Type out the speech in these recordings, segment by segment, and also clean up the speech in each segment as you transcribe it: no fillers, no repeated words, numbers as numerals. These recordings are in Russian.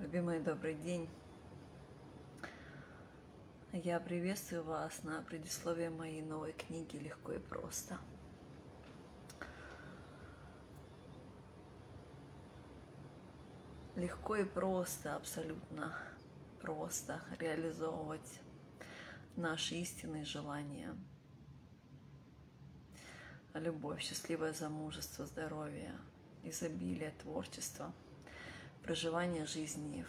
Любимый, добрый день. Я приветствую вас на предисловии моей новой книги «Легко и просто». Легко и просто, абсолютно просто реализовывать наши истинные желания. Любовь, счастливое замужество, здоровье, изобилие, творчество, проживание жизни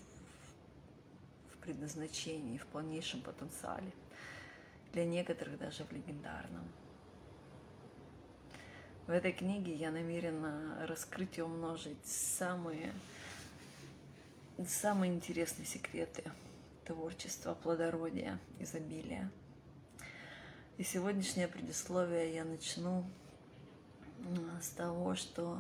в предназначении, в полнейшем потенциале. Для некоторых даже в легендарном. В этой книге я намерена раскрыть и умножить самые интересные секреты творчества, плодородия, изобилия. И сегодняшнее предисловие я начну с того, что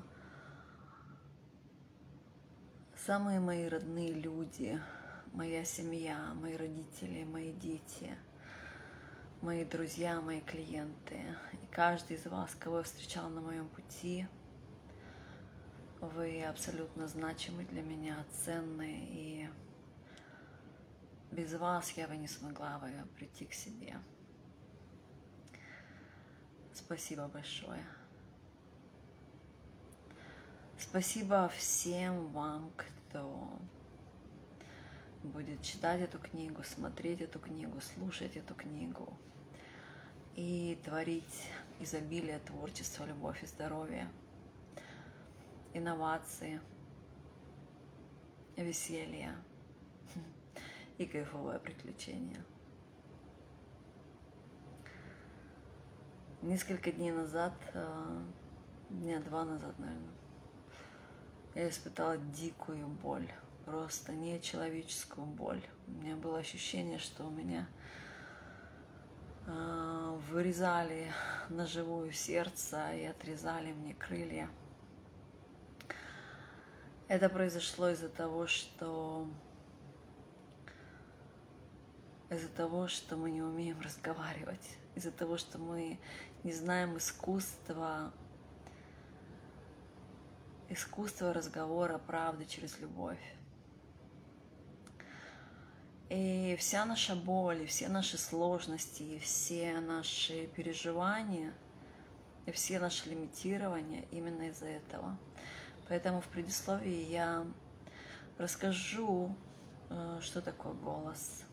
самые мои родные люди, моя семья, мои родители, мои дети, мои друзья, мои клиенты, и каждый из вас, кого я встречала на моем пути, вы абсолютно значимы для меня, ценны, и без вас я бы не смогла бы прийти к себе. Спасибо большое. Спасибо всем вам, кто будет читать эту книгу, смотреть эту книгу, слушать эту книгу и творить изобилие, творчество, любовь и здоровье, инновации, веселье и кайфовое приключение. Несколько дней назад, дня 2 назад, наверное, я испытала дикую боль, просто нечеловеческую боль. У меня было ощущение, что у меня вырезали на живую сердце и отрезали мне крылья. Это произошло из-за того, что мы не умеем разговаривать, из-за того, что мы не знаем искусства разговора, правды через любовь. И вся наша боль, и все наши сложности, и все наши переживания, и все наши лимитирования именно из-за этого. Поэтому в предисловии я расскажу, что такое голос.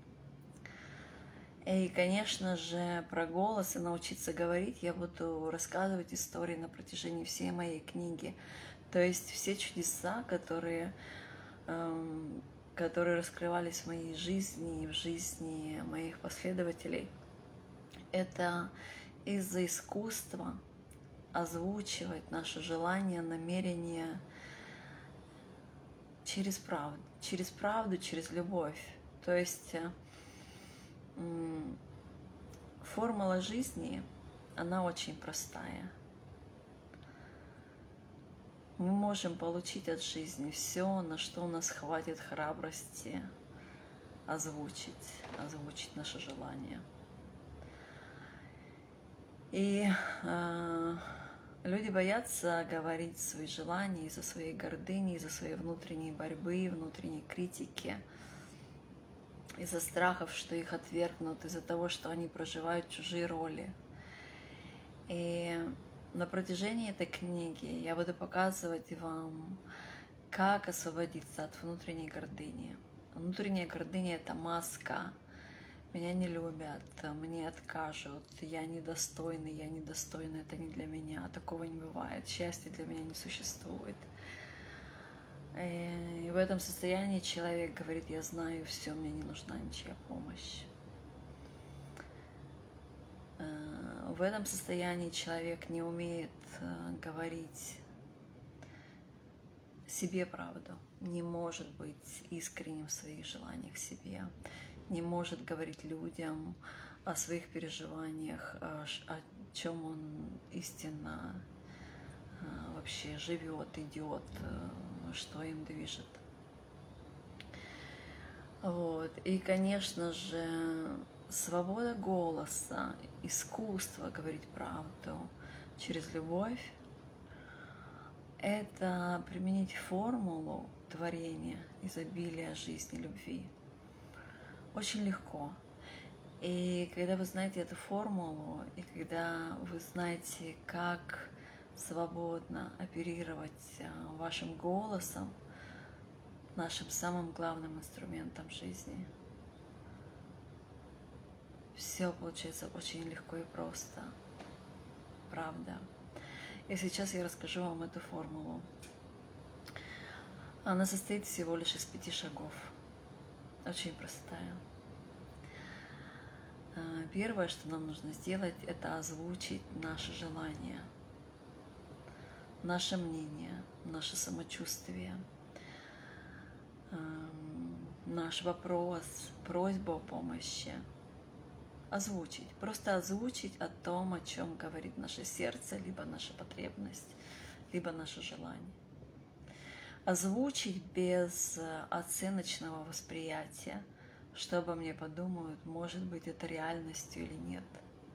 И, конечно же, про голос и научиться говорить я буду рассказывать истории на протяжении всей моей книги. То есть все чудеса, которые раскрывались в моей жизни и в жизни моих последователей, это из-за искусства озвучивать наши желания, намерения через правду, через любовь. То есть формула жизни, она очень простая. Мы можем получить от жизни все, на что у нас хватит храбрости озвучить наши желания. И люди боятся говорить свои желания из-за своей гордыни, из-за своей внутренней борьбы, внутренней критики, из-за страхов, что их отвергнут, из-за того, что они проживают чужие роли. И на протяжении этой книги я буду показывать вам, как освободиться от внутренней гордыни. Внутренняя гордыня – это маска. Меня не любят, мне откажут, я недостойный, это не для меня, такого не бывает, счастья для меня не существует. И в этом состоянии человек говорит: я знаю все, мне не нужна ничья помощь. В этом состоянии человек не умеет говорить себе правду, не может быть искренним в своих желаниях себе, не может говорить людям о своих переживаниях, о чем он истинно вообще живет, идет, что им движет. Вот. И, конечно же, свобода голоса, искусство говорить правду через любовь это применить формулу творения, изобилия, жизни, любви. Очень легко. И когда вы знаете эту формулу, и когда вы знаете, как свободно оперировать вашим голосом, нашим самым главным инструментом жизни, все получается очень легко и просто. Правда. И сейчас я расскажу вам эту формулу. Она состоит всего лишь из 5 шагов. Очень простая. Первое, что нам нужно сделать, это озвучить наши желания, наше мнение, наше самочувствие, наш вопрос, просьбу о помощи. Озвучить, просто озвучить о том, о чем говорит наше сердце, либо наша потребность, либо наше желание. Озвучить без оценочного восприятия, что обо мне подумают, может быть это реальностью или нет.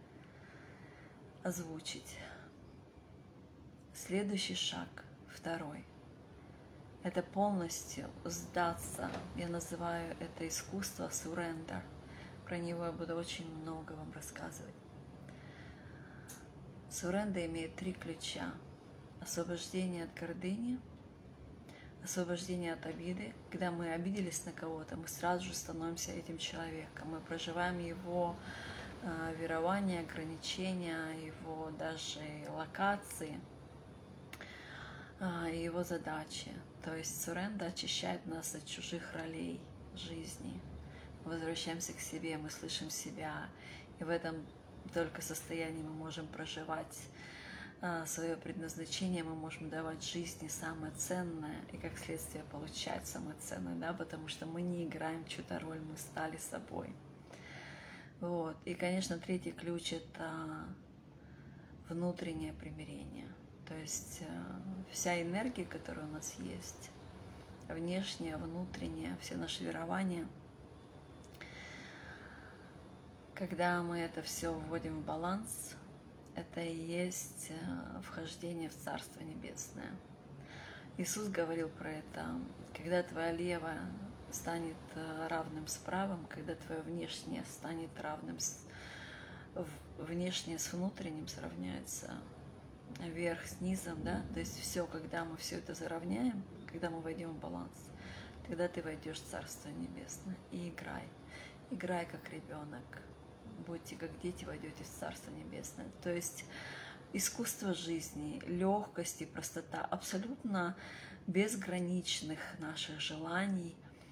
Озвучить. Следующий шаг, второй, это полностью сдаться. Я называю это искусство surrender. Про него я буду очень много вам рассказывать. Суренда имеет 3 ключа. Освобождение от гордыни, освобождение от обиды. Когда мы обиделись на кого-то, мы сразу же становимся этим человеком. Мы проживаем его верования, ограничения, его даже локации, его задачи. То есть суренда очищает нас от чужих ролей жизни. Мы возвращаемся к себе, мы слышим себя, и в этом только состоянии мы можем проживать свое предназначение, мы можем давать жизни самое ценное и как следствие получать самое ценное, да, потому что мы не играем чью-то роль, мы стали собой. Вот. И, конечно, третий ключ – это внутреннее примирение, то есть вся энергия, которая у нас есть, внешняя, внутренняя, все наши верования – когда мы это все вводим в баланс, это и есть вхождение в Царство Небесное. Иисус говорил про это, когда твоя левая станет равным с правым, когда твое внешнее станет равным с... Внешнее с внутренним сравняется, верх с низом, да, то есть все, когда мы все это заровняем, когда мы войдем в баланс, тогда ты войдешь в Царство Небесное и играй как ребенок. Будьте как дети, войдете в Царство Небесное. То есть искусство жизни, легкость и простота, абсолютно безграничных наших желаний.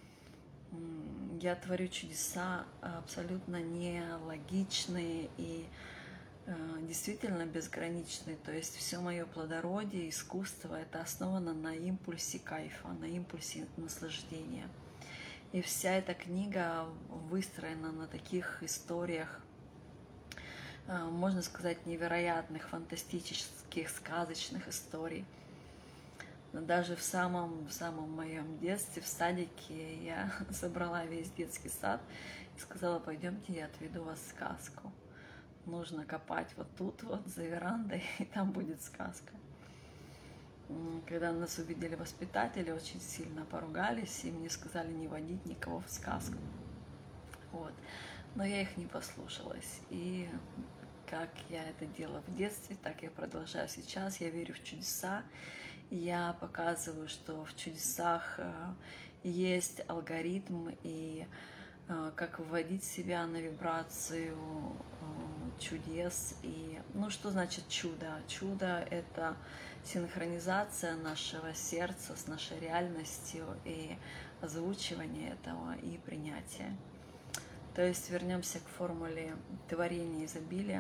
Я творю чудеса абсолютно нелогичные и действительно безграничные. То есть все мое плодородие, искусство, это основано на импульсе кайфа, на импульсе наслаждения. И вся эта книга выстроена на таких историях, можно сказать, невероятных, фантастических, сказочных историй. Даже в самом моем детстве, в садике, я собрала весь детский сад и сказала: пойдемте, я отведу вас в сказку. Нужно копать вот тут вот, за верандой, и там будет сказка. Когда нас увидели воспитатели, очень сильно поругались, и мне сказали не водить никого в сказку. Вот. Но я их не послушалась. И как я это делала в детстве, так я продолжаю сейчас. Я верю в чудеса. Я показываю, что в чудесах есть алгоритм, и как вводить себя на вибрацию чудес. И, что значит чудо? Чудо – это синхронизация нашего сердца с нашей реальностью и озвучивание этого и принятие. То есть вернемся к формуле творения изобилия.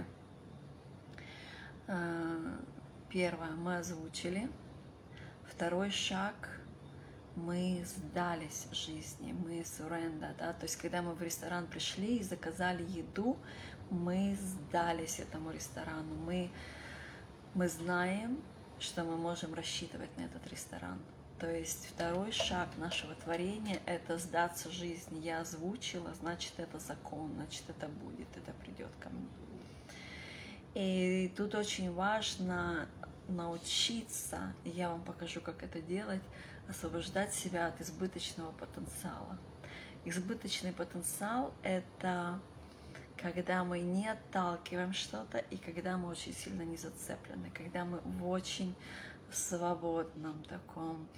Первое, мы озвучили. Второй шаг, мы сдались жизни, мы суренда, да, то есть когда мы в ресторан пришли и заказали еду, мы сдались этому ресторану, мы знаем, что мы можем рассчитывать на этот ресторан. То есть второй шаг нашего творения – это сдаться жизни. Я озвучила, значит, это закон, значит, это будет, это придет ко мне. И тут очень важно научиться, и я вам покажу, как это делать, освобождать себя от избыточного потенциала. Избыточный потенциал – это когда мы не отталкиваем что-то, и когда мы очень сильно не зацеплены, когда мы в очень свободном таком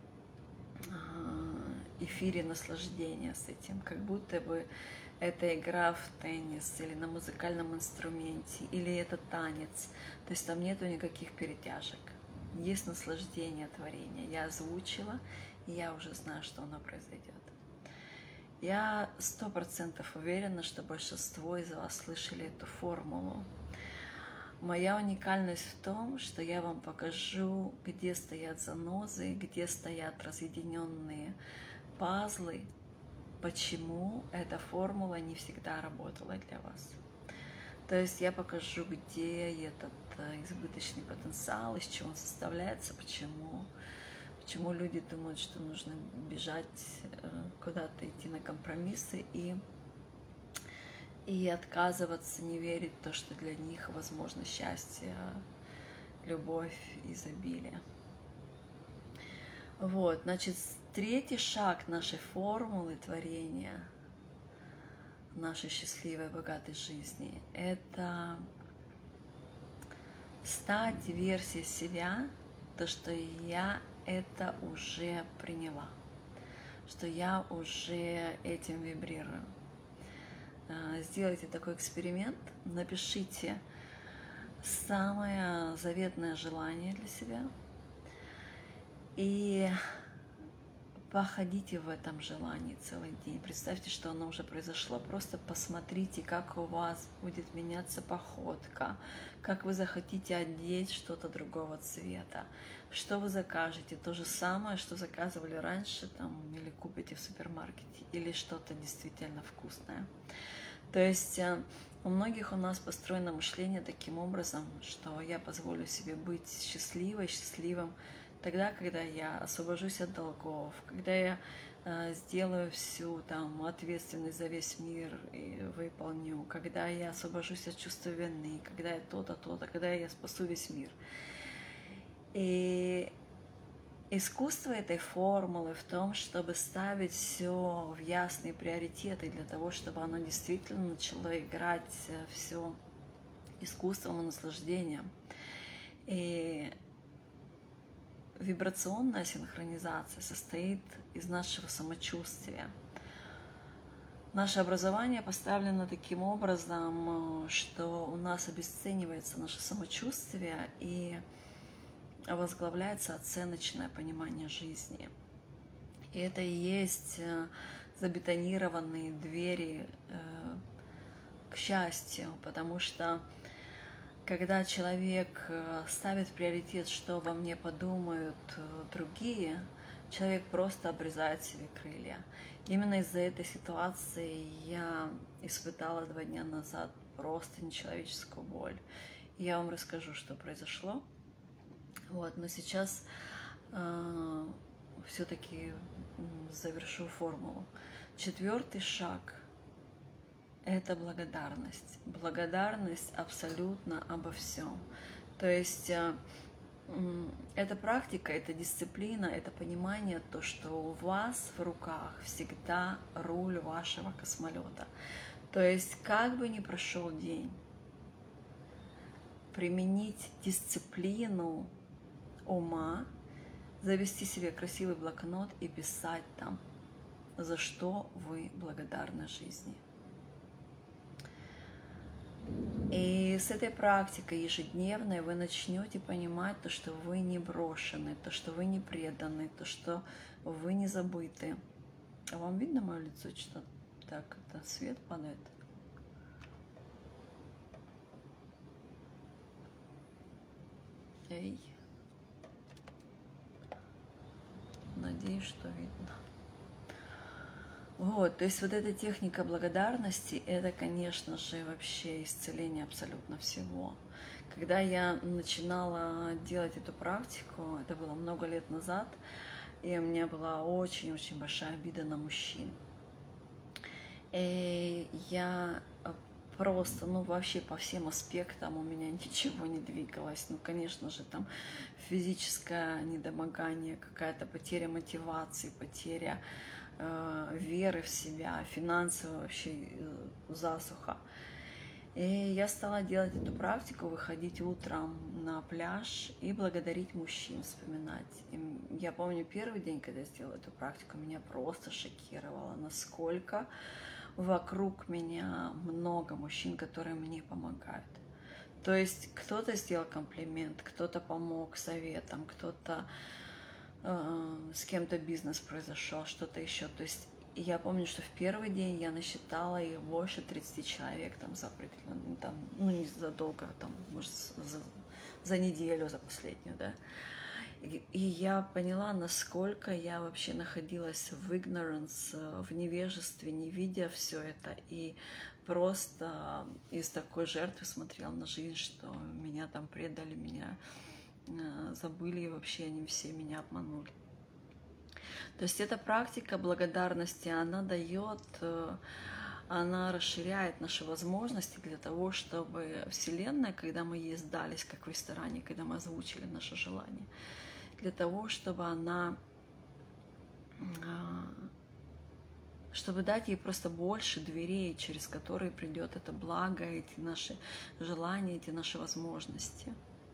эфире наслаждения с этим, как будто бы это игра в теннис или на музыкальном инструменте, или это танец. То есть там нету никаких перетяжек. Есть наслаждение творения. Я озвучила, и я уже знаю, что оно произойдет. Я 100% уверена, что большинство из вас слышали эту формулу. Моя уникальность в том, что я вам покажу, где стоят занозы, где стоят разъединенные пазлы, почему эта формула не всегда работала для вас. То есть я покажу, где этот избыточный потенциал, из чего он составляется, почему люди думают, что нужно бежать куда-то, идти на компромиссы и отказываться, не верить в то, что для них возможно счастье, любовь, изобилие. Вот, значит, третий шаг нашей формулы творения, нашей счастливой, богатой жизни – это стать версией себя, то, что я это уже приняла, что я уже этим вибрирую. Сделайте такой эксперимент, напишите самое заветное желание для себя и походите в этом желании целый день. Представьте, что оно уже произошло, просто посмотрите, как у вас будет меняться походка, как вы захотите одеть что-то другого цвета, что вы закажете, то же самое, что заказывали раньше, там, или купите в супермаркете, или что-то действительно вкусное. То есть у многих у нас построено мышление таким образом, что я позволю себе быть счастливой, счастливым тогда, когда я освобожусь от долгов, когда я сделаю всю там ответственность за весь мир и выполню, когда я освобожусь от чувства вины, когда я то-то, то-то, когда я спасу весь мир. И искусство этой формулы в том, чтобы ставить все в ясные приоритеты для того, чтобы оно действительно начало играть все искусством и наслаждением. И вибрационная синхронизация состоит из нашего самочувствия. Наше образование поставлено таким образом, что у нас обесценивается наше самочувствие и возглавляется оценочное понимание жизни. И это и есть забетонированные двери к счастью, потому что когда человек ставит в приоритет, что обо мне подумают другие, человек просто обрезает себе крылья. Именно из-за этой ситуации я испытала 2 дня назад просто нечеловеческую боль. И я вам расскажу, что произошло. Вот, но сейчас все-таки завершу формулу. 4-й шаг – это благодарность. Благодарность абсолютно обо всем. То есть эта практика, это дисциплина, это понимание, то, что у вас в руках всегда руль вашего космолета. То есть как бы ни прошел день, применить дисциплину ума, завести себе красивый блокнот и писать там, за что вы благодарны жизни. И с этой практикой ежедневной вы начнете понимать то, что вы не брошены, то, что вы не преданы, то, что вы не забыты. А вам видно мое лицо? Что так, это свет падает? Эй. Надеюсь, что видно. Вот, то есть вот эта техника благодарности, это, конечно же, вообще исцеление абсолютно всего. Когда я начинала делать эту практику, это было много лет назад, и у меня была очень-очень большая обида на мужчин. И я просто, ну, вообще по всем аспектам у меня ничего не двигалось. Ну, конечно же, там физическое недомогание, какая-то потеря мотивации, потеря веры в себя, финансовая вообще засуха. И я стала делать эту практику, выходить утром на пляж и благодарить мужчин, вспоминать. И я помню первый день, когда я сделала эту практику, меня просто шокировало, насколько вокруг меня много мужчин, которые мне помогают. То есть кто-то сделал комплимент, кто-то помог советом, кто-то с кем-то бизнес произошел, что-то еще. То есть я помню, что в первый день я насчитала их больше 30 человек там за определенный, там, ну не задолго, там, может, за неделю, за последнюю, да. И я поняла, насколько я вообще находилась в ignorance, в невежестве, не видя все это, и просто из такой жертвы смотрела на жизнь, что меня там предали, меня забыли, и вообще они все меня обманули. То есть эта практика благодарности, она дает, она расширяет наши возможности для того, чтобы Вселенная, когда мы ей сдались, как в ресторане, когда мы озвучили наше желание, для того, чтобы она, чтобы дать ей просто больше дверей, через которые придет это благо, эти наши желания, эти наши возможности.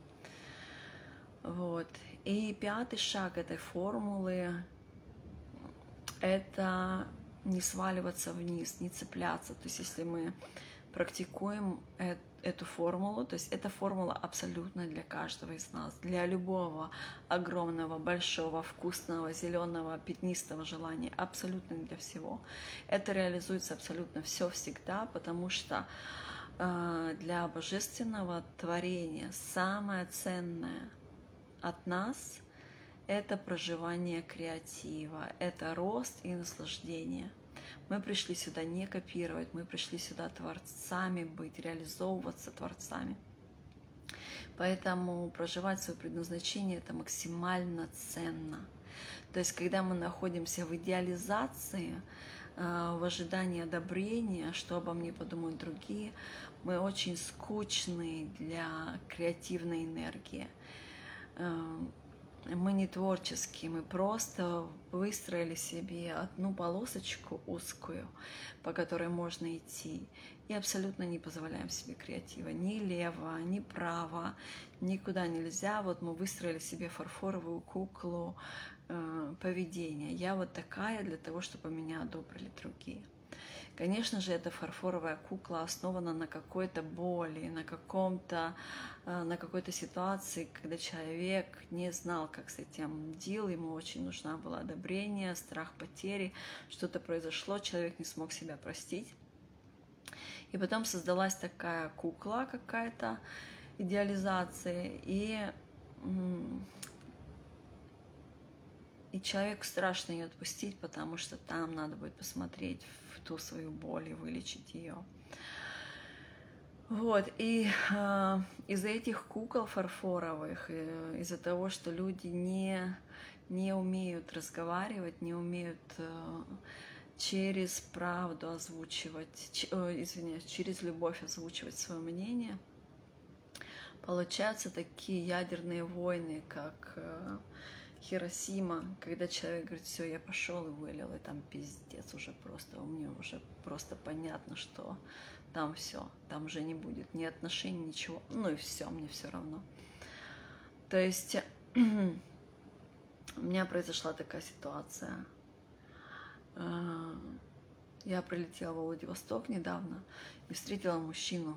Вот. И пятый шаг этой формулы – это не сваливаться вниз, не цепляться. То есть если мы практикуем эту формулу, то есть эта формула абсолютно для каждого из нас, для любого огромного, большого, вкусного, зеленого, пятнистого желания, абсолютно для всего. Это реализуется абсолютно все всегда, потому что для божественного творения самое ценное от нас – это проживание креатива, это рост и наслаждение. Мы пришли сюда не копировать, мы пришли сюда творцами быть, реализовываться творцами. Поэтому проживать свое предназначение – это максимально ценно. То есть, когда мы находимся в идеализации, в ожидании одобрения, что обо мне подумают другие, мы очень скучны для креативной энергии. Мы не творческие, мы просто выстроили себе одну полосочку узкую, по которой можно идти, и абсолютно не позволяем себе креатива. Ни лево, ни право, никуда нельзя. Вот мы выстроили себе фарфоровую куклу поведения. Я вот такая для того, чтобы меня одобрили другие. Конечно же, эта фарфоровая кукла основана на какой-то боли, на какой-то ситуации, когда человек не знал, как с этим дел, ему очень нужна была одобрение, страх потери, что-то произошло, человек не смог себя простить. И потом создалась такая кукла какая-то, идеализация, и человеку страшно ее отпустить, потому что там надо будет посмотреть в ту свою боль и вылечить ее. Вот, и из-за этих кукол фарфоровых, из-за того, что люди не умеют разговаривать, не умеют через правду озвучивать, через любовь озвучивать свое мнение, получаются такие ядерные войны, как Хиросима, когда человек говорит: все, я пошел и вылил, и там пиздец уже просто, мне уже просто понятно, что там все, там уже не будет ни отношений, ничего, ну и все, мне все равно. То есть у меня произошла такая ситуация. Я прилетела в Владивосток недавно и встретила мужчину,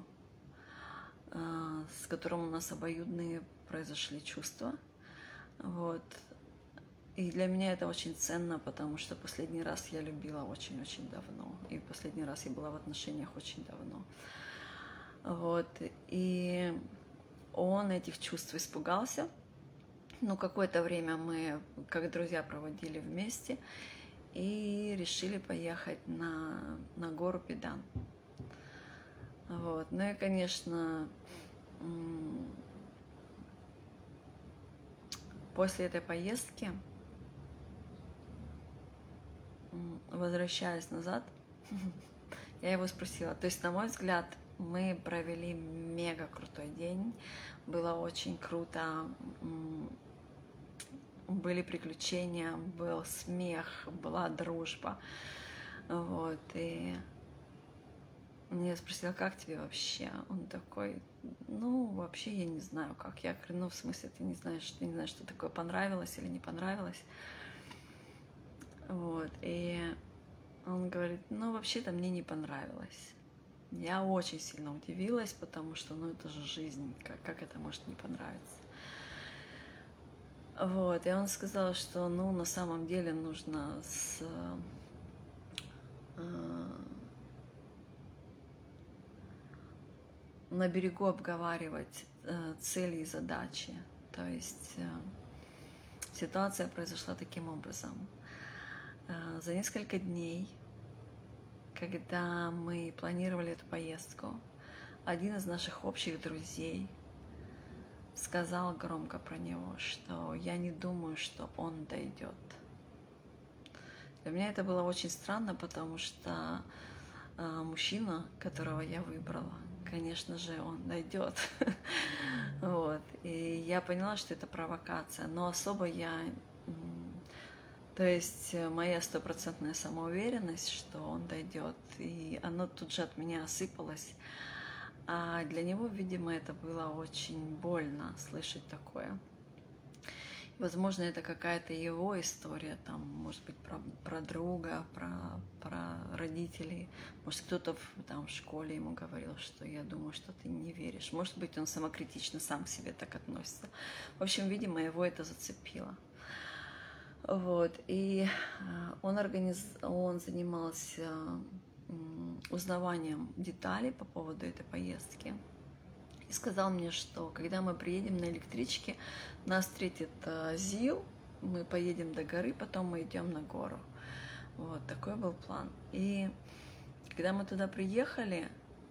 с которым у нас обоюдные произошли чувства. Вот. И для меня это очень ценно, потому что последний раз я любила очень-очень давно. И последний раз я была в отношениях очень давно. Вот. И он этих чувств испугался. Ну, какое-то время мы, как друзья, проводили вместе и решили поехать на гору Пидан. Вот. Ну и, конечно, после этой поездки, возвращаясь назад, я его спросила, то есть, на мой взгляд, Мы провели мега крутой день, было очень круто, были приключения, был смех, была дружба, вот, и я спросила, как тебе вообще? Он такой, ну, вообще я не знаю, как. Я говорю, ну, в смысле, ты не знаешь, что такое понравилось или не понравилось. Вот, и он говорит, ну, вообще-то мне не понравилось. Я очень сильно удивилась, потому что, ну, это же жизнь, как это может не понравиться? Вот, и он сказал, что, ну, на самом деле нужно на берегу обговаривать цели и задачи. То есть ситуация произошла таким образом. За несколько дней, когда мы планировали эту поездку, один из наших общих друзей сказал громко про него, что я не думаю, что он дойдет. Для меня это было очень странно, потому что мужчина, которого я выбрала, конечно же, он дойдет. Вот. И я поняла, что это провокация, но особо я... То есть моя стопроцентная самоуверенность, что он дойдет, и оно тут же от меня осыпалось. А для него, видимо, это было очень больно слышать такое. Возможно, это какая-то его история, там, может быть, про друга, про родителей. Может, кто-то там в школе ему говорил, что я думаю, что ты не веришь. Может быть, он самокритично сам к себе так относится. В общем, видимо, его это зацепило. Вот, и он занимался узнаванием деталей по поводу этой поездки. И сказал мне, что когда мы приедем на электричке, нас встретит ЗИЛ, мы поедем до горы, потом мы идем на гору. Вот, такой был план. И когда мы туда приехали,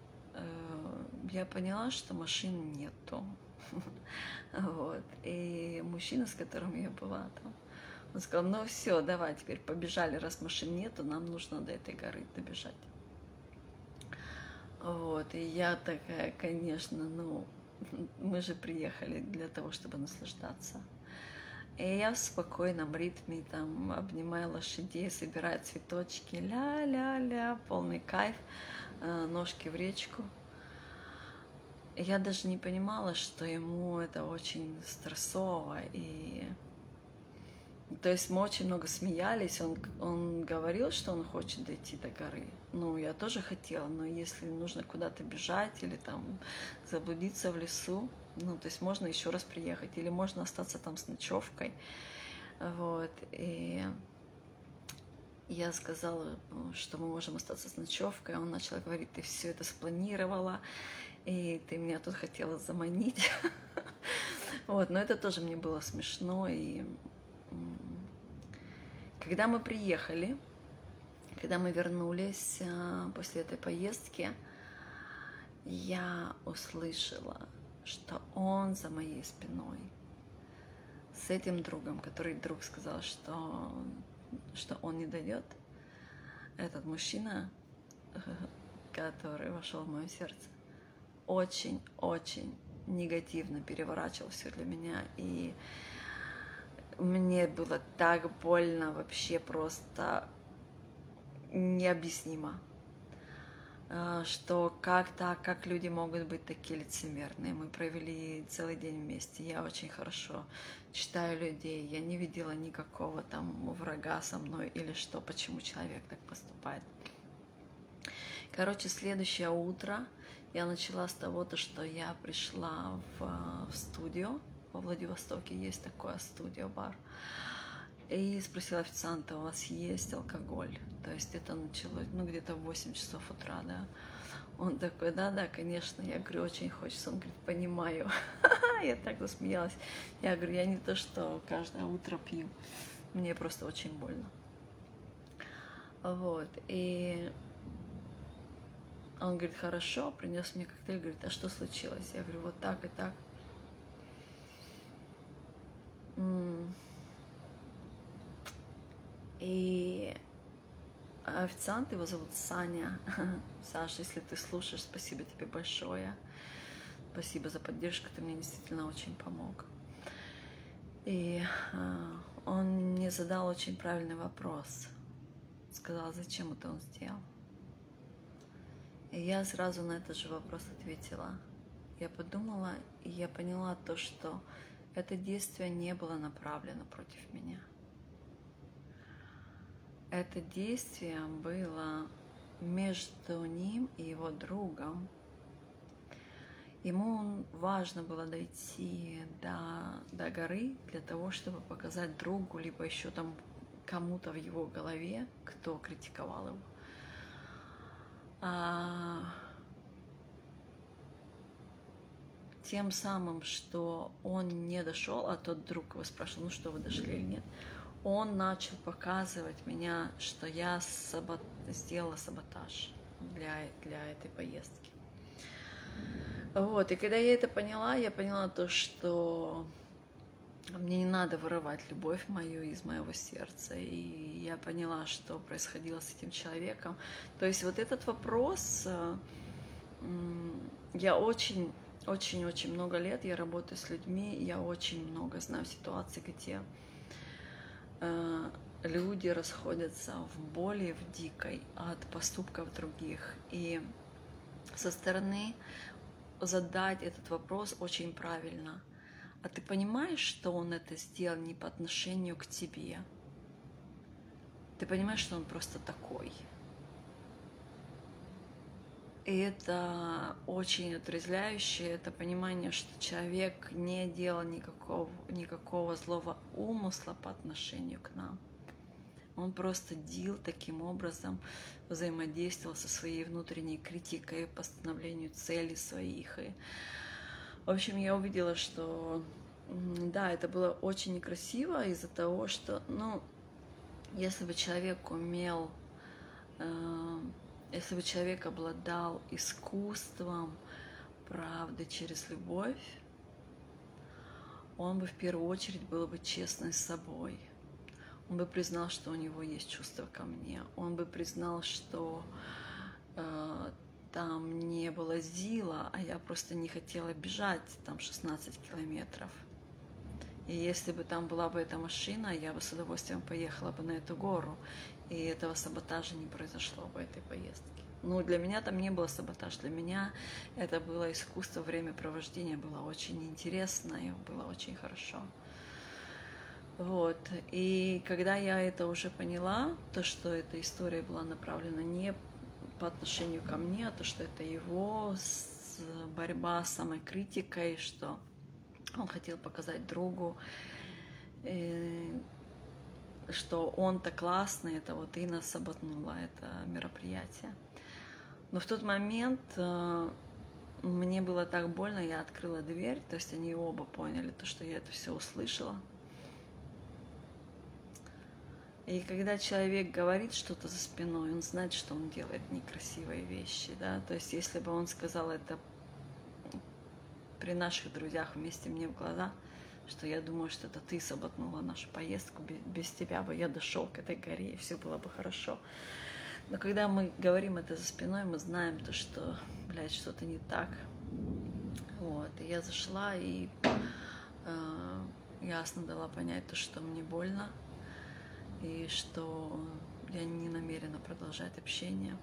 я поняла, что машин нету. Вот. И мужчина, с которым я была там, он сказал, ну все, давай, теперь побежали, раз машин нету, нам нужно до этой горы добежать. Вот, и я такая, конечно, ну, мы же приехали для того, чтобы наслаждаться. И я в спокойном ритме там обнимаю лошадей, собираю цветочки, ля-ля-ля, полный кайф, ножки в речку. Я даже не понимала, что ему это очень стрессово. И... То есть мы очень много смеялись, он говорил, что он хочет дойти до горы. Ну, я тоже хотела, но если нужно куда-то бежать или там заблудиться в лесу, ну, то есть можно еще раз приехать, или можно остаться там с ночевкой. Вот, и я сказала, что мы можем остаться с ночевкой, а он начал говорить, ты все это спланировала, и ты меня тут хотела заманить. Вот, но это тоже мне было смешно, и когда мы приехали, когда мы вернулись после этой поездки, я услышала, что он за моей спиной с этим другом, который друг сказал, что он не дойдет, этот мужчина, который вошел в мое сердце, очень-очень негативно переворачивал все для меня, и мне было так больно, вообще просто необъяснимо, что как люди могут быть такие лицемерные. Мы провели целый день вместе, я очень хорошо читаю людей, я не видела никакого там врага со мной или что, почему человек так поступает. Короче, следующее утро я начала с того, что я пришла в студию. Во Владивостоке есть такое студио-бар. И спросила официанта, у вас есть алкоголь? То есть это началось, ну, где-то в 8 часов утра, да. Он такой, да, конечно. Я говорю, очень хочется. Он говорит, понимаю. Я так засмеялась. Я говорю, я не то, что каждое утро пью. Мне просто очень больно. Вот, и он говорит, хорошо, принес мне коктейль, говорит, а что случилось? Я говорю, вот так и так. И официант, его зовут Саня. Саша, если ты слушаешь, спасибо тебе большое. Спасибо за поддержку, ты мне действительно очень помог. И он мне задал очень правильный вопрос. Сказал, зачем это он сделал. И я сразу на этот же вопрос ответила. Я подумала, и я поняла то, что это действие не было направлено против меня. Это действие было между ним и его другом. Ему важно было дойти до горы для того, чтобы показать другу, либо еще там кому-то в его голове, кто критиковал его. Тем самым, что он не дошел, а тот друг его спрашивал, ну что, вы дошли или нет, он начал показывать меня, что я сделала саботаж для этой поездки. Вот, и когда я это поняла, я поняла то, что мне не надо вырывать любовь мою из моего сердца. И я поняла, что происходило с этим человеком. То есть вот этот вопрос, я очень много лет я работаю с людьми, я очень много знаю ситуаций, где люди расходятся в боли, в дикой от поступков других. И со стороны задать этот вопрос очень правильно. А ты понимаешь, что он это сделал не по отношению к тебе? Ты понимаешь, что он просто такой? И это очень отрезвляюще, это понимание, что человек не делал никакого злого умысла по отношению к нам. Он просто таким образом взаимодействовал со своей внутренней критикой по становлению целей своих. И, в общем, я увидела, что да, это было очень некрасиво из-за того, что, если бы человек умел, если бы человек обладал искусством правды через любовь, он бы в первую очередь был бы честный с собой. Он бы признал, что у него есть чувство ко мне. Он бы признал, что там не было ЗИЛа, а я просто не хотела бежать там 16 километров. И если бы там была бы эта машина, я бы с удовольствием поехала бы на эту гору. И этого саботажа не произошло в этой поездке. Для меня там не было саботажа. Для меня это было искусство, времяпровождения было очень интересно и было очень хорошо. Вот. И когда я это уже поняла, то, что эта история была направлена не по отношению ко мне, а то, что это его борьба с самокритикой, что он хотел показать другу, что он-то классный, это вот Инна саботнула это мероприятие. Но в тот момент мне было так больно, я открыла дверь, то есть они оба поняли, то, что я это все услышала. И когда человек говорит что-то за спиной, он знает, что он делает некрасивые вещи, да, то есть если бы он сказал это при наших друзьях вместе мне в глаза, что я думаю, что это ты саботнула нашу поездку, без тебя бы я дошел к этой горе, и все было бы хорошо. Но когда мы говорим это за спиной, мы знаем то, что, что-то не так. Вот, и я зашла и ясно дала понять то, что мне больно, и что я не намерена продолжать общение.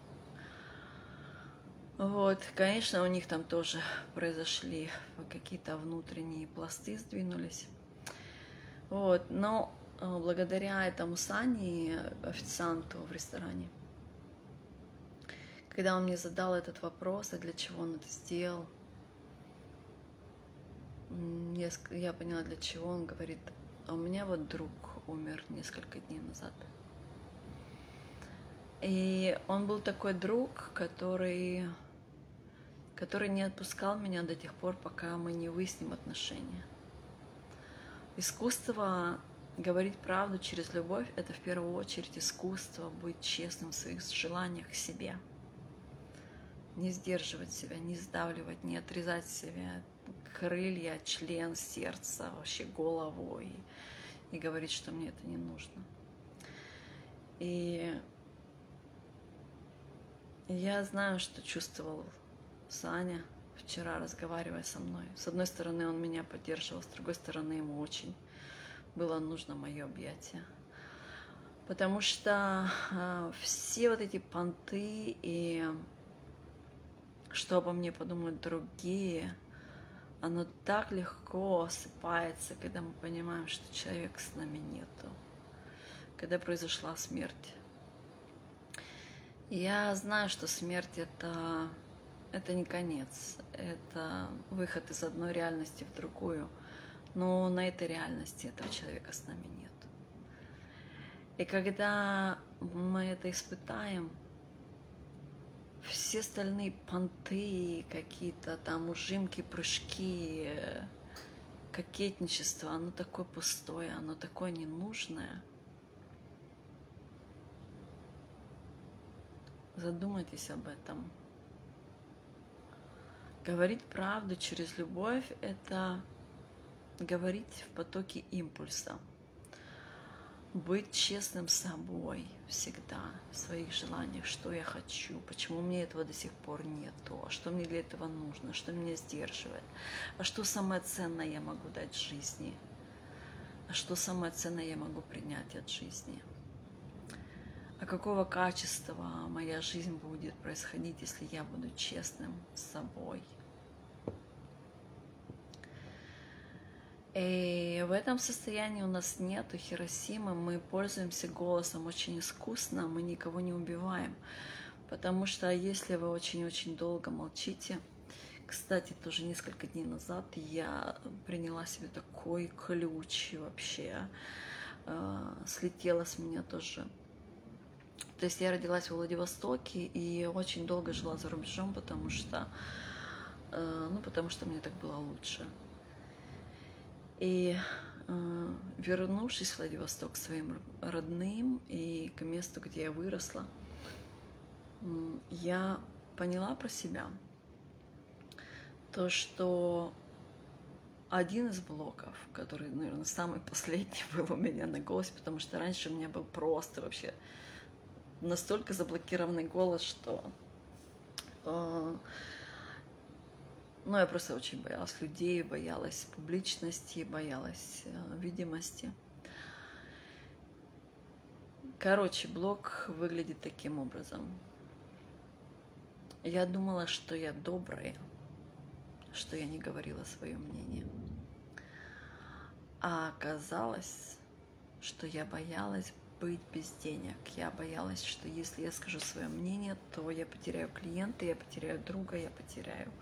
Вот, конечно, у них там тоже произошли какие-то внутренние пласты, сдвинулись. Вот, но благодаря этому Сане, официанту в ресторане, когда он мне задал этот вопрос, а для чего он это сделал, я поняла, для чего. Он говорит, а у меня вот друг умер несколько дней назад. И он был такой друг, который не отпускал меня до тех пор, пока мы не выясним отношения. Искусство говорить правду через любовь – это в первую очередь искусство быть честным в своих желаниях к себе. Не сдерживать себя, не сдавливать, не отрезать себе крылья, член, сердце, вообще голову и говорить, что мне это не нужно. И Я знаю, что чувствовал Саня вчера, разговаривая со мной. С одной стороны, он меня поддерживал, с другой стороны, ему очень было нужно мое объятие. Потому что все вот эти понты и что обо мне подумают другие, оно так легко осыпается, когда мы понимаем, что человека с нами нету, когда произошла смерть. Я знаю, что смерть это не конец, это выход из одной реальности в другую, но на этой реальности этого человека с нами нет. И когда мы это испытаем, все остальные понты, какие-то там ужимки, прыжки, кокетничество, оно такое пустое, оно такое ненужное. Задумайтесь об этом. Говорить правду через любовь – это говорить в потоке импульса. Быть честным с собой всегда, в своих желаниях, что я хочу, почему мне этого до сих пор нету, а что мне для этого нужно, что меня сдерживает, а что самое ценное я могу дать жизни, а что самое ценное я могу принять от жизни. А какого качества моя жизнь будет происходить, если я буду честным с собой. И в этом состоянии у нас нету Хиросимы, мы пользуемся голосом очень искусно, мы никого не убиваем. Потому что если вы очень-очень долго молчите, кстати, тоже несколько дней назад я приняла себе такой ключ вообще, слетела с меня тоже. То есть я родилась в Владивостоке и очень долго жила за рубежом, потому что мне так было лучше. И вернувшись в Владивосток к своим родным и к месту, где я выросла, я поняла про себя то, что один из блоков, который, наверное, самый последний был у меня на голосе, потому что раньше у меня был просто вообще настолько заблокированный голос, что я просто очень боялась людей, боялась публичности, боялась видимости. Короче, блок выглядит таким образом. Я думала, что я добрая, что я не говорила свое мнение. А оказалось, что я боялась быть без денег. Я боялась, что если я скажу свое мнение, то я потеряю клиента, я потеряю друга, я потеряю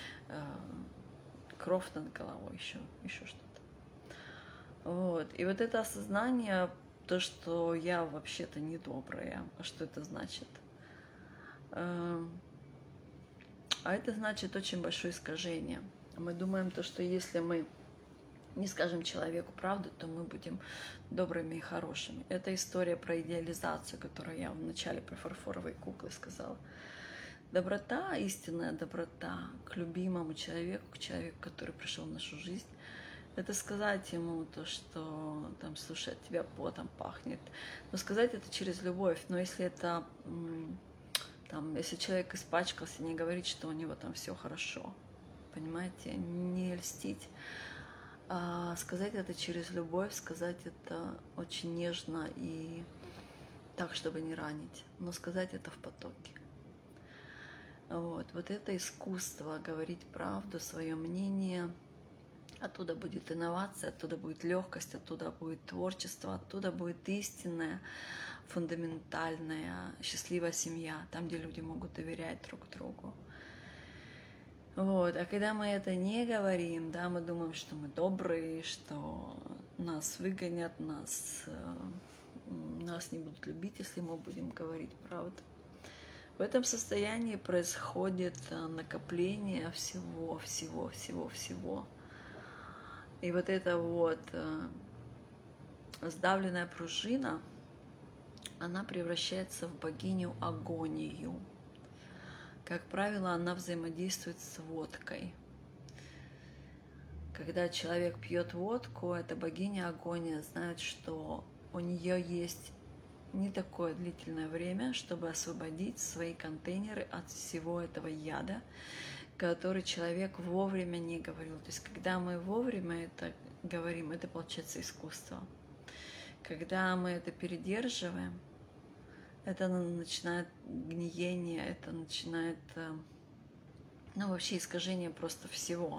кровь над головой, еще что-то. Вот. И вот это осознание, то, что я вообще-то недобрая, а что это значит? А это значит очень большое искажение. Мы думаем то, что если мы не скажем человеку правду, то мы будем добрыми и хорошими. Это история про идеализацию, которую я в начале про фарфоровые куклы сказала. Доброта, истинная доброта к любимому человеку, к человеку, который пришел в нашу жизнь, это сказать ему то, что там, слушай, от тебя потом пахнет. Но сказать это через любовь. Но если это если человек испачкался, не говорить, что у него там все хорошо. Понимаете? Не льстить. А сказать это через любовь, сказать это очень нежно и так, чтобы не ранить. Но сказать это в потоке. Вот это искусство говорить правду, свое мнение. Оттуда будет инновация, оттуда будет легкость, оттуда будет творчество, оттуда будет истинная, фундаментальная, счастливая семья, там, где люди могут доверять друг другу. Вот. А когда мы это не говорим, да, мы думаем, что мы добрые, что нас выгонят, нас не будут любить, если мы будем говорить правду. В этом состоянии происходит накопление всего. И вот эта сдавленная пружина, она превращается в богиню агонию. Как правило, она взаимодействует с водкой. Когда человек пьет водку, эта богиня агония знает, что у нее есть не такое длительное время, чтобы освободить свои контейнеры от всего этого яда, который человек вовремя не говорил. То есть, когда мы вовремя это говорим, это получается искусство. Когда мы это передерживаем, это начинает гниение, это начинает, ну, вообще искажение просто всего.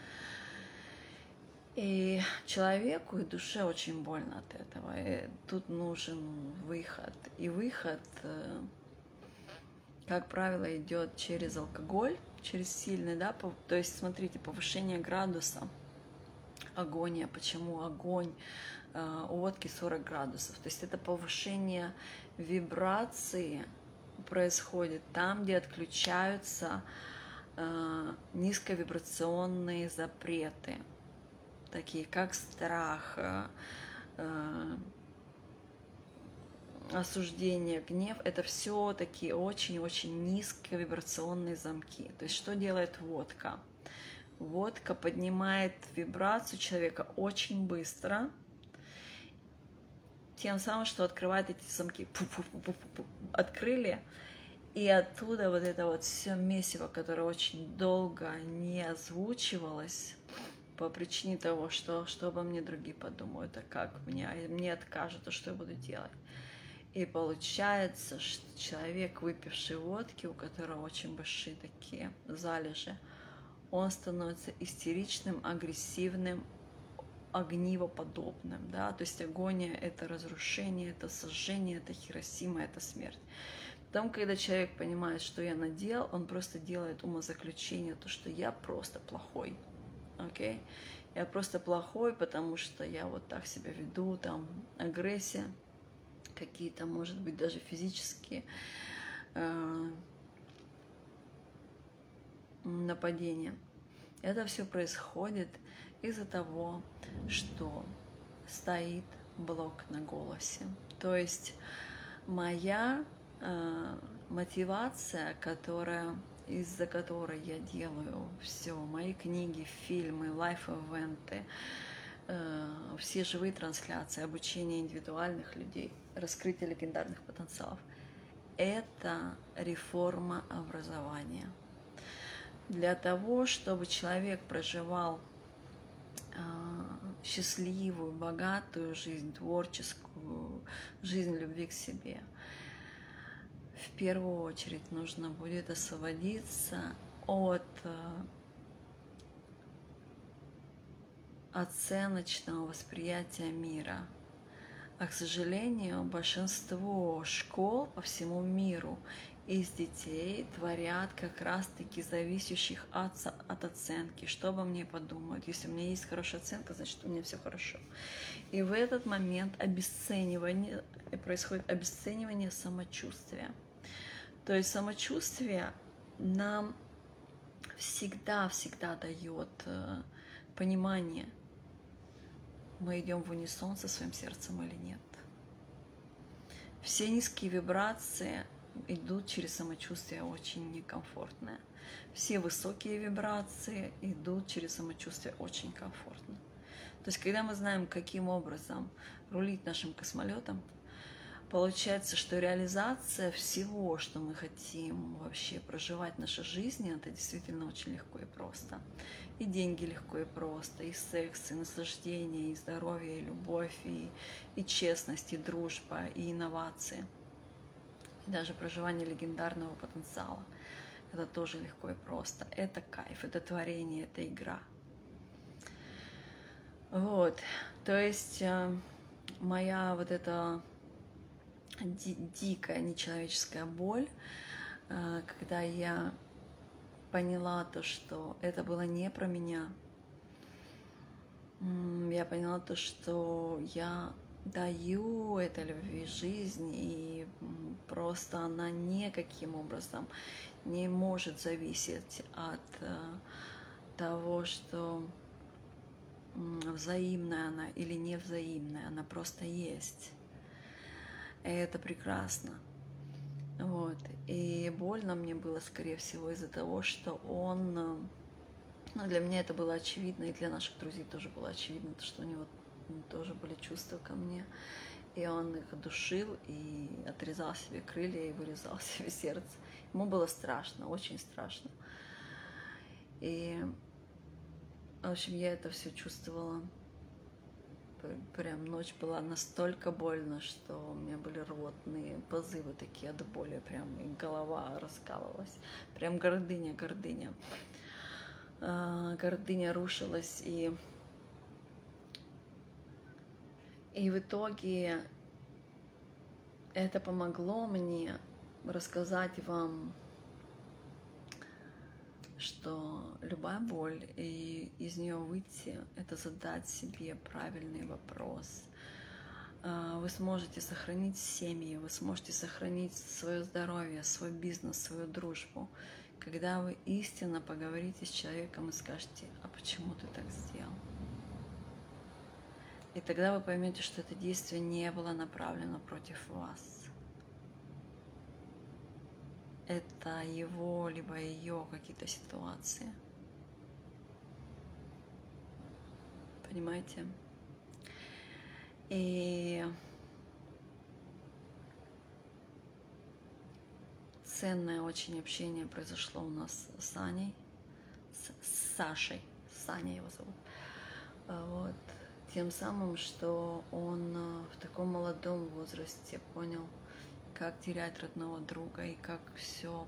И человеку и душе очень больно от этого. И тут нужен выход. И выход, как правило, идет через алкоголь, через сильный, да, то есть, смотрите, повышение градуса, агония. Почему огонь? У водки 40 градусов. То есть это повышение вибрации происходит там, где отключаются низковибрационные запреты, такие как страх, осуждение, гнев. Это все такие очень-очень низковибрационные замки. То есть что делает водка? Водка поднимает вибрацию человека очень быстро, тем самым, что открывает эти замки. Открыли, и оттуда вот это вот все месиво, которое очень долго не озвучивалось по причине того, что обо мне другие подумают, а как мне откажут, а что я буду делать. И получается, что человек, выпивший водки, у которого очень большие такие залежи, он становится истеричным, агрессивным, огнивоподобным, да, то есть агония — это разрушение, это сожжение, это Хиросима, это смерть. Потом, когда человек понимает, что я наделал, он просто делает умозаключение, то, что я просто плохой, окей? Я просто плохой, потому что я вот так себя веду, там, агрессия, какие-то, может быть, даже физические нападения. Это все происходит из-за того, что стоит блок на голосе. То есть моя мотивация, из-за которой я делаю все, мои книги, фильмы, лайф-эвенты, все живые трансляции, обучение индивидуальных людей, раскрытие легендарных потенциалов, это реформа образования. Для того, чтобы человек проживал счастливую, богатую жизнь, творческую жизнь любви к себе, в первую очередь нужно будет освободиться от оценочного восприятия мира. А, к сожалению, большинство школ по всему миру из детей творят как раз-таки зависящих от оценки. Что обо мне подумают? Если у меня есть хорошая оценка, значит, у меня все хорошо. И в этот момент происходит обесценивание самочувствия. То есть самочувствие нам всегда дает понимание, мы идем в унисон со своим сердцем или нет. Все низкие вибрации идут через самочувствие очень некомфортное. Все высокие вибрации идут через самочувствие очень комфортно. То есть, когда мы знаем, каким образом рулить нашим космолетом, получается, что реализация всего, что мы хотим вообще проживать в нашей жизни, это действительно очень легко и просто. И деньги легко и просто, и секс, и наслаждение, и здоровье, и любовь, и честность, и дружба, и инновации. И даже проживание легендарного потенциала. Это тоже легко и просто. Это кайф, это творение, это игра. Вот. То есть моя вот эта дикая нечеловеческая боль, когда я поняла то, что это было не про меня. Я поняла то, что я даю этой любви жизнь, и просто она никаким образом не может зависеть от того, что взаимная она или невзаимная, она просто есть. И это прекрасно. Вот. И больно мне было, скорее всего, из-за того, что он... Ну, для меня это было очевидно, и для наших друзей тоже было очевидно, что у него тоже были чувства ко мне. и он их душил и отрезал себе крылья и вырезал себе сердце. Ему было страшно, очень страшно. И, в общем, я это все чувствовала. Прям ночь была настолько больно, что у меня были рвотные позывы такие от боли, прям и голова раскалывалась. Прям гордыня рушилась. И в итоге это помогло мне рассказать вам, что любая боль, и из нее выйти, это задать себе правильный вопрос. Вы сможете сохранить семьи, вы сможете сохранить свое здоровье, свой бизнес, свою дружбу, когда вы истинно поговорите с человеком и скажете: а почему ты так сделал? И тогда вы поймете, что это действие не было направлено против вас. Это его либо ее какие-то ситуации. Понимаете? И ценное очень общение произошло у нас с Аней, с Сашей. Саня его зовут. Вот. Тем самым, что он в таком молодом возрасте понял, как терять родного друга и как все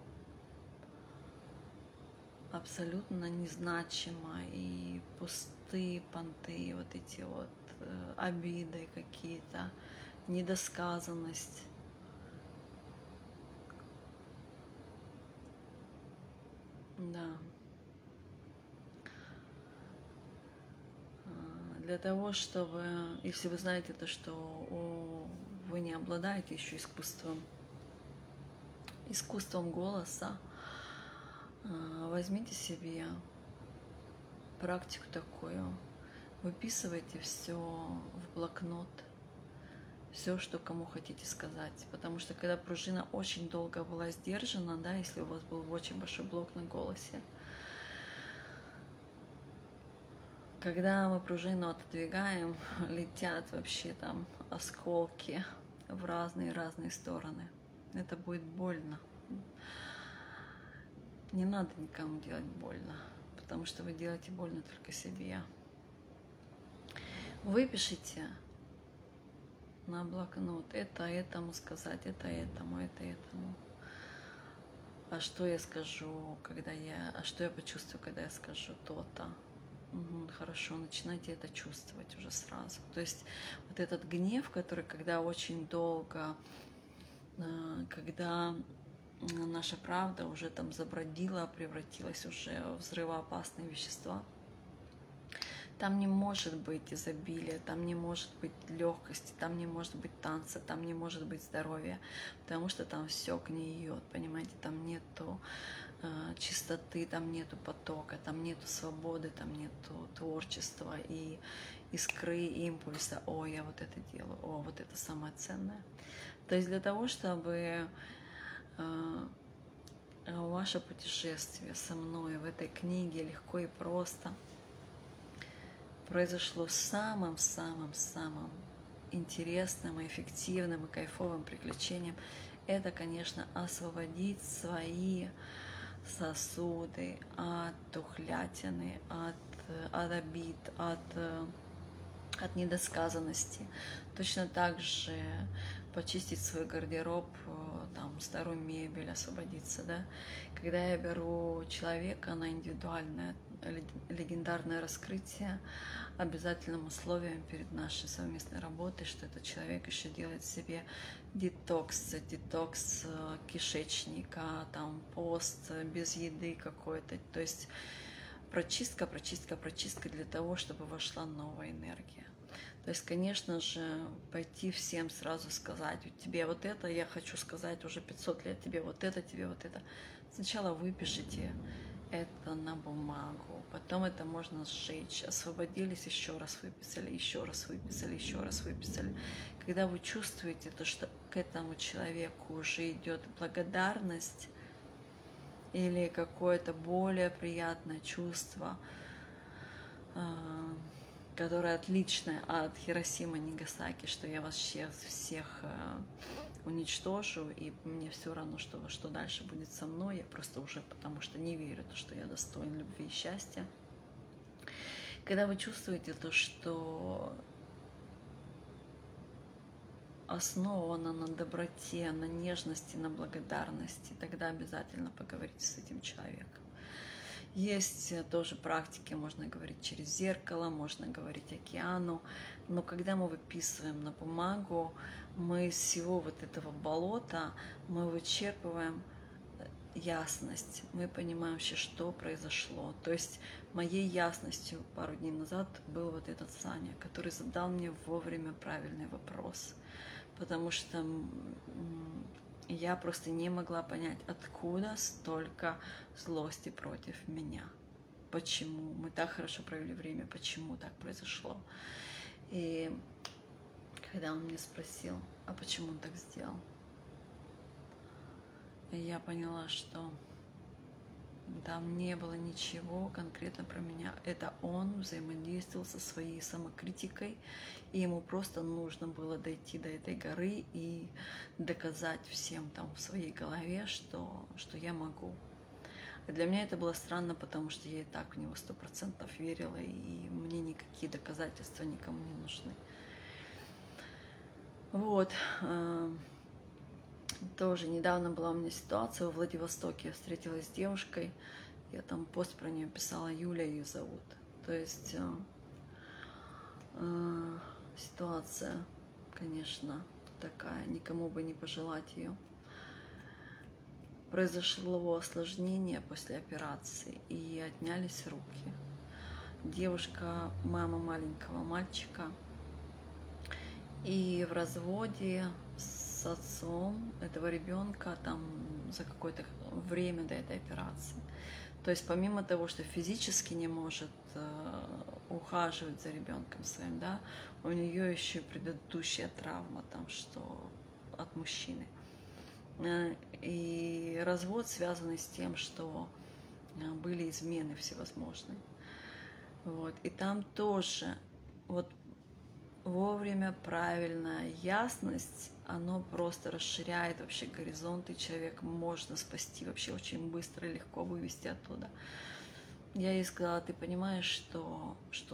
абсолютно незначимо, и пустые понты, вот эти вот обиды какие-то, недосказанность. Да. Для того, чтобы, если вы знаете то, что вы не обладаете еще искусством голоса, возьмите себе практику такую, выписывайте все в блокнот, все, что кому хотите сказать, потому что когда пружина очень долго была сдержана, да, если у вас был очень большой блок на голосе, когда мы пружину отодвигаем, летят вообще там осколки в разные стороны. Это будет больно. Не надо никому делать больно, потому что вы делаете больно только себе. Выпишите на блокнот: это этому сказать, это этому. А что я скажу, а что я почувствую, когда я скажу то-то? Хорошо, начинайте это чувствовать уже сразу. То есть вот этот гнев, который, когда очень долго, когда наша правда уже там забродила, превратилась уже в взрывоопасные вещества, там не может быть изобилия, там не может быть легкости, там не может быть танца, там не может быть здоровья, потому что там все гниет, понимаете, там нету чистоты, там нету потока, там нету свободы, там нету творчества и искры, и импульса. О, я вот это делаю, о, вот это самое ценное. То есть для того, чтобы ваше путешествие со мной в этой книге легко и просто произошло самым-самым-самым интересным, и эффективным и кайфовым приключением, это, конечно, освободить свои сосуды от тухлятины, от обид, от недосказанности. Точно так же почистить свой гардероб, там, старую мебель, освободиться, да. Когда я беру человека на индивидуальное легендарное раскрытие, обязательным условием перед нашей совместной работой, что этот человек еще делает себе детокс кишечника, там, пост без еды какой-то, то есть прочистка для того, чтобы вошла новая энергия. То есть, конечно же, пойти всем сразу сказать: тебе вот это, я хочу сказать уже 500 лет, тебе вот это. Сначала выпишите это на бумагу, потом это можно сжечь. Освободились, еще раз выписали. Когда вы чувствуете то, что к этому человеку уже идет благодарность или какое-то более приятное чувство, которая отличная от Хиросимы и Нагасаки, что я вас всех уничтожу, и мне все равно, что дальше будет со мной, я просто уже потому что не верю, что я достоин любви и счастья. Когда вы чувствуете то, что основана на доброте, на нежности, на благодарности, тогда обязательно поговорите с этим человеком. Есть тоже практики, можно говорить через зеркало, можно говорить океану, но когда мы выписываем на бумагу, мы из всего вот этого болота, мы вычерпываем ясность, мы понимаем вообще, что произошло. То есть моей ясностью пару дней назад был вот этот Саня, который задал мне вовремя правильный вопрос, потому что я просто не могла понять, откуда столько злости против меня. Почему? Мы так хорошо провели время, почему так произошло? И когда он мне спросил, а почему он так сделал? Я поняла, что там не было ничего конкретно про меня. Это он взаимодействовал со своей самокритикой, и ему просто нужно было дойти до этой горы и доказать всем там в своей голове, что я могу. И для меня это было странно, потому что я и так в него 100% верила, и мне никакие доказательства никому не нужны. Вот. Тоже недавно была у меня ситуация во Владивостоке. Я встретилась с девушкой, я там пост про нее писала, Юля ее зовут. То есть ситуация, конечно, такая, никому бы не пожелать ее. Произошло осложнение после операции, и отнялись руки. Девушка, мама маленького мальчика, и в разводе с отцом этого ребенка там за какое-то время до этой операции. То есть помимо того, что физически не может ухаживать за ребенком своим, да, у нее еще и предыдущая травма там, что от мужчины. И развод связанный с тем, что были измены всевозможные. Вот. И там тоже вот вовремя правильная ясность, оно просто расширяет вообще горизонты, человек можно спасти вообще очень быстро и легко вывести оттуда. Я ей сказала, ты понимаешь, что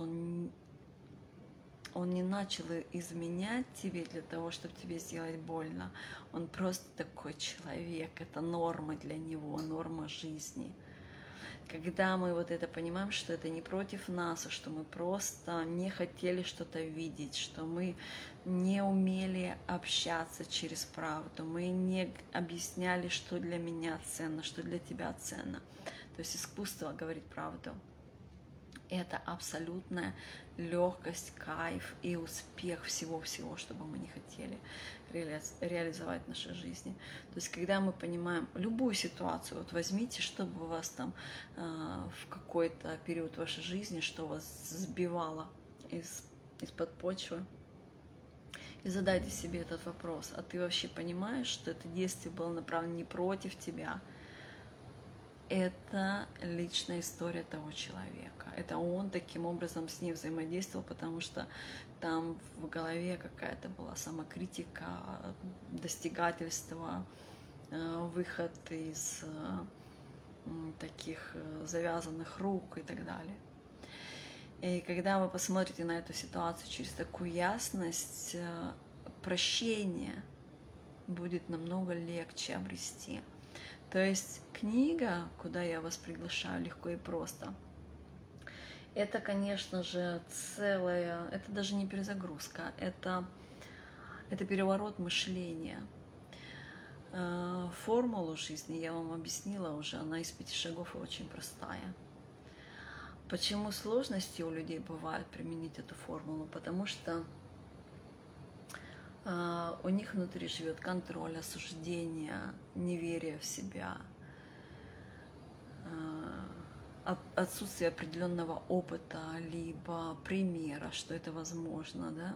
он не начал изменять тебе для того, чтобы тебе сделать больно. Он просто такой человек, это норма для него, норма жизни. Когда мы вот это понимаем, что это не против нас, а что мы просто не хотели что-то видеть, что мы не умели общаться через правду, мы не объясняли, что для меня ценно, что для тебя ценно. То есть искусство говорить правду. Это абсолютная легкость, кайф и успех всего-всего, что бы мы не хотели реализовать в нашей жизни. То есть, когда мы понимаем любую ситуацию, вот возьмите, чтобы у вас там в какой-то период вашей жизни, что вас сбивало из-под почвы, и задайте себе этот вопрос. А ты вообще понимаешь, что это действие было направлено не против тебя? Это личная история того человека. Это он таким образом с ней взаимодействовал, потому что там в голове какая-то была самокритика, достигательство, выход из таких завязанных рук и так далее. И когда вы посмотрите на эту ситуацию через такую ясность, прощение будет намного легче обрести. То есть книга, куда я вас приглашаю легко и просто, это, конечно же, целая, это даже не перезагрузка, это переворот мышления. Формулу жизни я вам объяснила уже, она из 5 шагов и очень простая. Почему сложности у людей бывают применить эту формулу? Потому что у них внутри живет контроль, осуждение, неверие в себя, отсутствие определенного опыта, либо примера, что это возможно, да.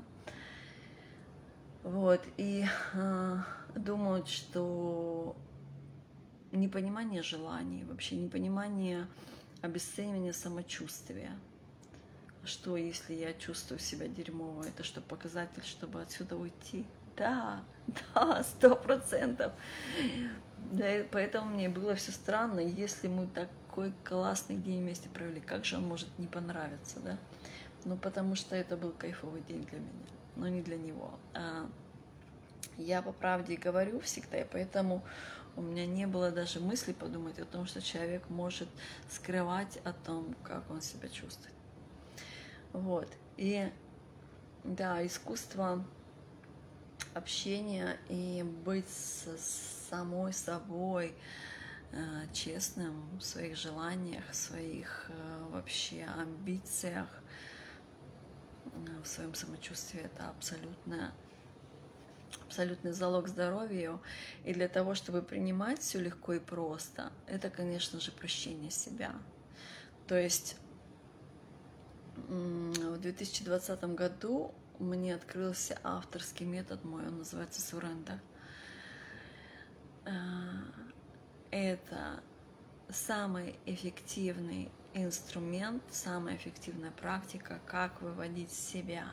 Вот, и думают, что непонимание желаний, вообще непонимание, обесценивание самочувствия, что если я чувствую себя дерьмово, это что, показатель, чтобы отсюда уйти? Да, да, 100%. Да, поэтому мне было все странно, если мы такой классный день вместе провели, как же он может не понравиться, да? Ну, потому что это был кайфовый день для меня, но не для него. Я по правде говорю всегда, и поэтому у меня не было даже мысли подумать о том, что человек может скрывать о том, как он себя чувствует. Вот. И да, искусство общения и быть самой собой, честным в своих желаниях, в своих вообще амбициях, в своем самочувствии, это абсолютный залог здоровью. И для того, чтобы принимать все легко и просто, это, конечно же, прощение себя. То есть в 2020 году мне открылся авторский метод мой, он называется Суренда. Это самый эффективный инструмент, самая эффективная практика, как выводить себя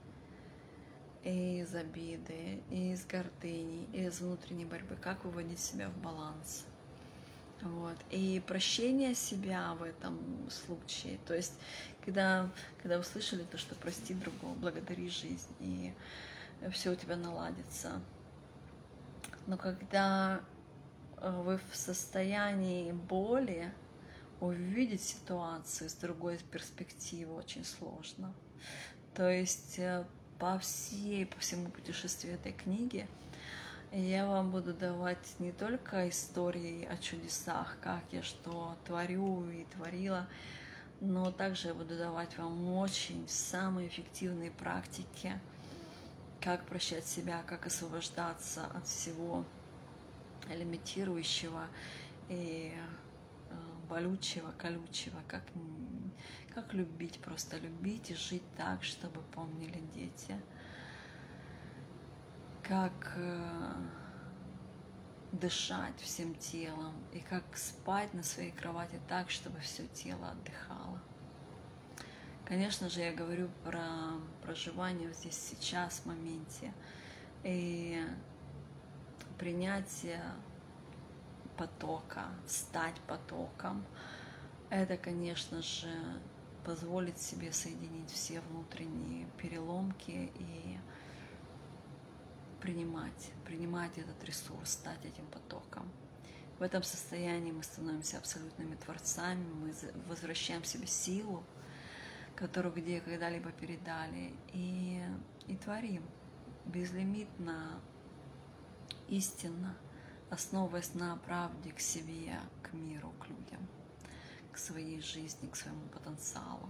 из обиды, из гордыни, из внутренней борьбы, как выводить себя в баланс. Вот. И прощение себя в этом случае, то есть когда услышали то, что прости другого, благодари жизнь, и все у тебя наладится. Но когда вы в состоянии боли, увидеть ситуацию с другой перспективы очень сложно. То есть по всему путешествию этой книги я вам буду давать не только истории о чудесах, как я что творю и творила, но также я буду давать вам очень самые эффективные практики, как прощать себя, как освобождаться от всего лимитирующего и болючего, колючего, как любить, просто любить и жить так, чтобы помнили дети, как дышать всем телом и как спать на своей кровати так, чтобы все тело отдыхало. Конечно же, я говорю про проживание здесь сейчас, в моменте, и принятие потока, стать потоком. Это, конечно же, позволит себе соединить все внутренние переломки и принимать этот ресурс, стать этим потоком. В этом состоянии мы становимся абсолютными творцами, мы возвращаем себе силу, которую где когда-либо передали, и творим безлимитно, истинно, основываясь на правде к себе, к миру, к людям, к своей жизни, к своему потенциалу.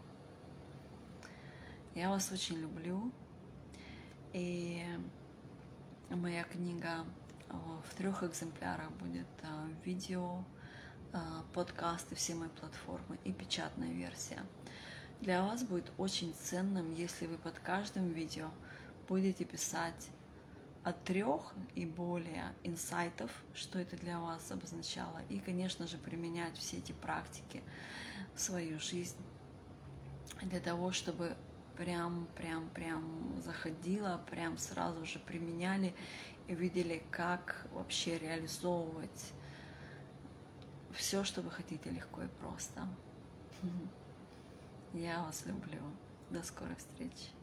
Я вас очень люблю, и моя книга в 3 экземплярах будет: видео, подкасты, все мои платформы и печатная версия. Для вас будет очень ценным, если вы под каждым видео будете писать от 3 и более инсайтов, что это для вас обозначало, и, конечно же, применять все эти практики в свою жизнь для того, чтобы прям заходило, прям сразу же применяли и видели, как вообще реализовывать все, что вы хотите, легко и просто. Я вас люблю. До скорой встречи.